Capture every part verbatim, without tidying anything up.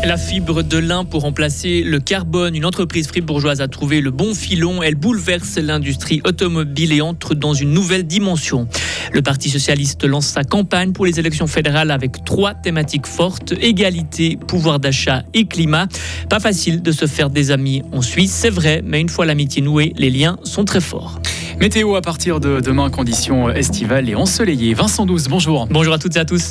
La fibre de lin pour remplacer le carbone. Une entreprise fribourgeoise a trouvé le bon filon. Elle bouleverse l'industrie automobile et entre dans une nouvelle dimension. Le Parti socialiste lance sa campagne pour les élections fédérales avec trois thématiques fortes: égalité, pouvoir d'achat et climat. Pas facile de se faire des amis en Suisse, c'est vrai, mais une fois l'amitié nouée, les liens sont très forts. Météo à partir de demain, conditions estivales et ensoleillées. Vincent Douce, bonjour. Bonjour à toutes et à tous.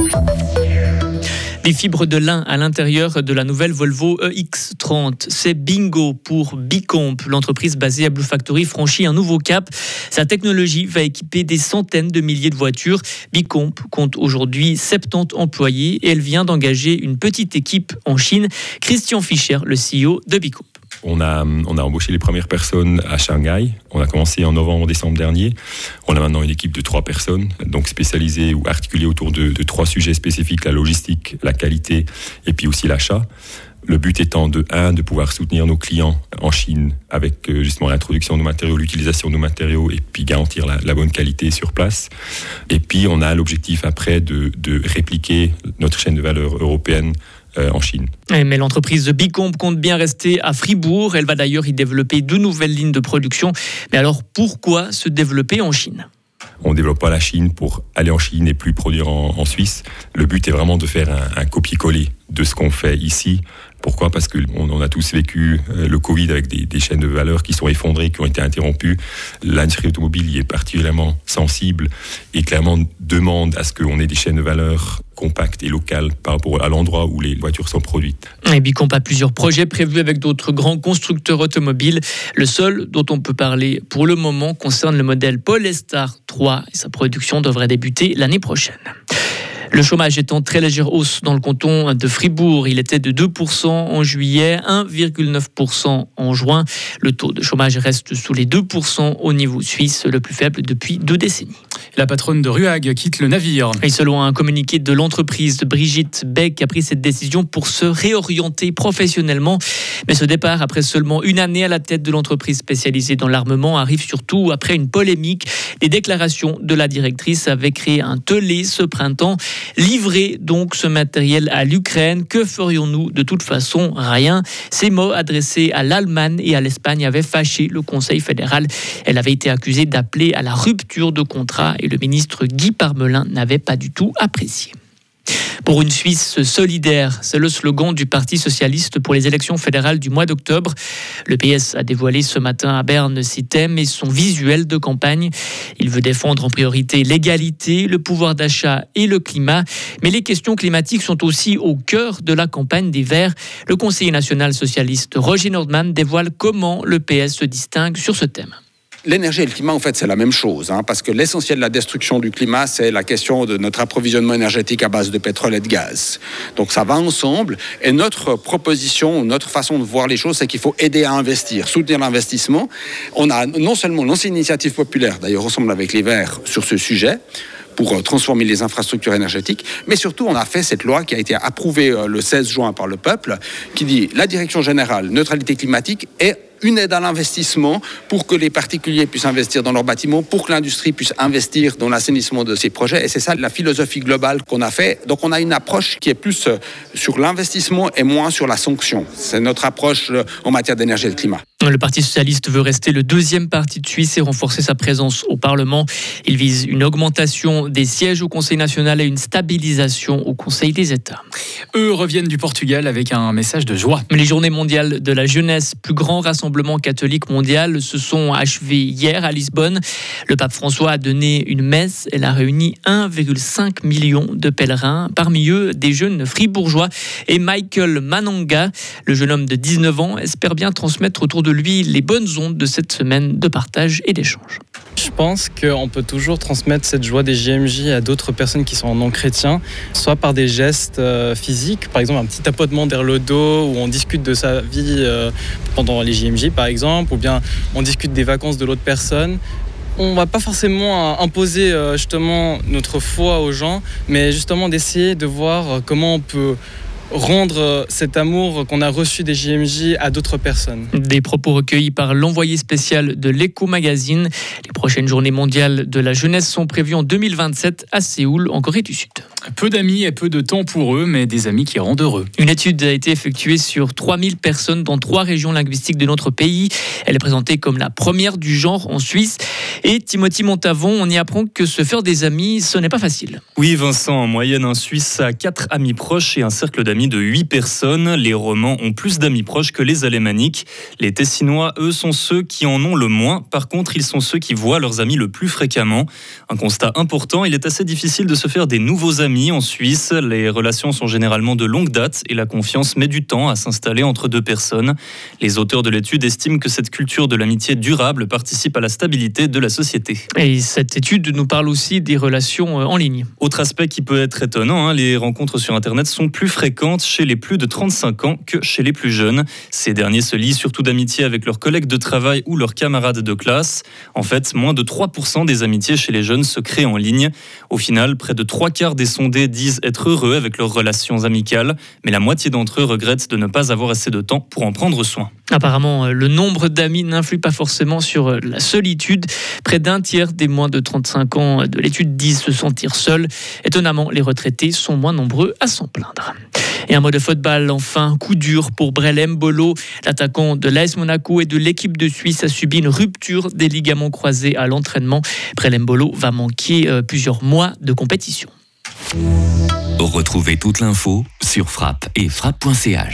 Des fibres de lin à l'intérieur de la nouvelle Volvo E X trente. C'est bingo pour Bicomp. L'entreprise basée à Blue Factory franchit un nouveau cap. Sa technologie va équiper des centaines de milliers de voitures. Bicomp compte aujourd'hui soixante-dix employés et elle vient d'engager une petite équipe en Chine. Christian Fischer, le C E O de Bicomp. On a, on a embauché les premières personnes à Shanghai. On a commencé en novembre-décembre dernier. On a maintenant une équipe de trois personnes, donc spécialisée ou articulée autour de, de trois sujets spécifiques: la logistique, la qualité et puis aussi l'achat. Le but étant de, un, de pouvoir soutenir nos clients en Chine avec justement l'introduction de nos matériaux, l'utilisation de nos matériaux et puis garantir la, la bonne qualité sur place. Et puis on a l'objectif après de, de répliquer notre chaîne de valeur européenne Euh, en Chine. Mais l'entreprise de Bicomp compte bien rester à Fribourg. Elle va d'ailleurs y développer deux nouvelles lignes de production. Mais alors, pourquoi se développer en Chine ? On ne développe pas la Chine pour aller en Chine et plus produire en, en Suisse. Le but est vraiment de faire un, un copier-coller de ce qu'on fait ici. Pourquoi ? Parce qu'on on a tous vécu le Covid avec des, des chaînes de valeur qui sont effondrées, qui ont été interrompues. L'industrie automobile y est particulièrement sensible et clairement demande à ce qu'on ait des chaînes de valeur compactes et locales par rapport à l'endroit où les voitures sont produites. Et Bicomp a plusieurs projets prévus avec d'autres grands constructeurs automobiles. Le seul dont on peut parler pour le moment concerne le modèle Polestar trois et sa production devrait débuter l'année prochaine. Le chômage est en très légère hausse dans le canton de Fribourg. Il était de deux pour cent en juillet, un virgule neuf pour cent en juin. Le taux de chômage reste sous les deux pour cent au niveau suisse, le plus faible depuis deux décennies. La patronne de Ruag quitte le navire. Et selon un communiqué de l'entreprise, Brigitte Beck a pris cette décision pour se réorienter professionnellement. Mais ce départ, après seulement une année à la tête de l'entreprise spécialisée dans l'armement, arrive surtout après une polémique. Les déclarations de la directrice avaient créé un tollé ce printemps. Livrer donc ce matériel à l'Ukraine, que ferions-nous ? De toute façon, rien. Ces mots adressés à l'Allemagne et à l'Espagne avaient fâché le Conseil fédéral. Elle avait été accusée d'appeler à la rupture de contrat et le ministre Guy Parmelin n'avait pas du tout apprécié. Pour une Suisse solidaire, c'est le slogan du Parti socialiste pour les élections fédérales du mois d'octobre. Le P S a dévoilé ce matin à Berne ses thèmes et son visuel de campagne. Il veut défendre en priorité l'égalité, le pouvoir d'achat et le climat. Mais les questions climatiques sont aussi au cœur de la campagne des Verts. Le conseiller national socialiste Roger Nordman dévoile comment le P S se distingue sur ce thème. L'énergie et le climat, en fait, c'est la même chose, hein, parce que l'essentiel de la destruction du climat, c'est la question de notre approvisionnement énergétique à base de pétrole et de gaz. Donc ça va ensemble, et notre proposition, notre façon de voir les choses, c'est qu'il faut aider à investir, soutenir l'investissement. On a non seulement lancé une initiative populaire, d'ailleurs ensemble avec les Verts, sur ce sujet, pour transformer les infrastructures énergétiques, mais surtout on a fait cette loi qui a été approuvée le seize juin par le peuple, qui dit la direction générale neutralité climatique est une aide à l'investissement pour que les particuliers puissent investir dans leurs bâtiments, pour que l'industrie puisse investir dans l'assainissement de ces projets. Et c'est ça la philosophie globale qu'on a fait. Donc on a une approche qui est plus sur l'investissement et moins sur la sanction. C'est notre approche en matière d'énergie et de climat. Le Parti socialiste veut rester le deuxième parti de Suisse et renforcer sa présence au Parlement. Il vise une augmentation des sièges au Conseil national et une stabilisation au Conseil des États. Eux reviennent du Portugal avec un message de joie. Les Journées mondiales de la jeunesse, plus grand rassemblement catholique mondial, se sont achevées hier à Lisbonne. Le pape François a donné une messe. Elle a réuni un virgule cinq million de pèlerins, parmi eux des jeunes fribourgeois. Et Michael Mananga, le jeune homme de dix-neuf ans, espère bien transmettre autour de lui les bonnes ondes de cette semaine de partage et d'échange. Je pense qu'on peut toujours transmettre cette joie des J M J à d'autres personnes qui sont non chrétiens, soit par des gestes euh, physiques, par exemple un petit tapotement derrière le dos, où on discute de sa vie euh, pendant les J M J par exemple, ou bien on discute des vacances de l'autre personne. On ne va pas forcément imposer euh, justement notre foi aux gens, mais justement d'essayer de voir comment on peut rendre cet amour qu'on a reçu des J M J à d'autres personnes. Des propos recueillis par l'envoyé spécial de l'Echo Magazine. Les prochaines journées mondiales de la jeunesse sont prévues en deux mille vingt-sept à Séoul, en Corée du Sud. Peu d'amis et peu de temps pour eux, mais des amis qui rendent heureux. Une étude a été effectuée sur trois mille personnes dans trois régions linguistiques de notre pays. Elle est présentée comme la première du genre en Suisse. Et Timothy Montavon, on y apprend que se faire des amis, ce n'est pas facile. Oui Vincent, en moyenne un Suisse a quatre amis proches et un cercle d'amis de huit personnes. Les Romans ont plus d'amis proches que les Alémaniques. Les Tessinois, eux, sont ceux qui en ont le moins. Par contre, ils sont ceux qui voient leurs amis le plus fréquemment. Un constat important, il est assez difficile de se faire des nouveaux amis en Suisse. Les relations sont généralement de longue date et la confiance met du temps à s'installer entre deux personnes. Les auteurs de l'étude estiment que cette culture de l'amitié durable participe à la stabilité de la société. Et cette étude nous parle aussi des relations en ligne. Autre aspect qui peut être étonnant, hein, les rencontres sur Internet sont plus fréquentes chez les plus de trente-cinq ans que chez les plus jeunes. Ces derniers se lient surtout d'amitié avec leurs collègues de travail ou leurs camarades de classe. En fait, moins de trois pour cent des amitiés chez les jeunes se créent en ligne. Au final, près de trois quarts des sondés disent être heureux avec leurs relations amicales, mais la moitié d'entre eux regrettent de ne pas avoir assez de temps pour en prendre soin. Apparemment, le nombre d'amis n'influe pas forcément sur la solitude. Près d'un tiers des moins de trente-cinq ans de l'étude disent se sentir seuls. Étonnamment, les retraités sont moins nombreux à s'en plaindre. Et un mot de football, enfin, coup dur pour Brel Mbolo. L'attaquant de l'A S Monaco et de l'équipe de Suisse a subi une rupture des ligaments croisés à l'entraînement. Brel Mbolo va manquer euh, plusieurs mois de compétition. Retrouvez toute l'info sur frappe et frappe point c h.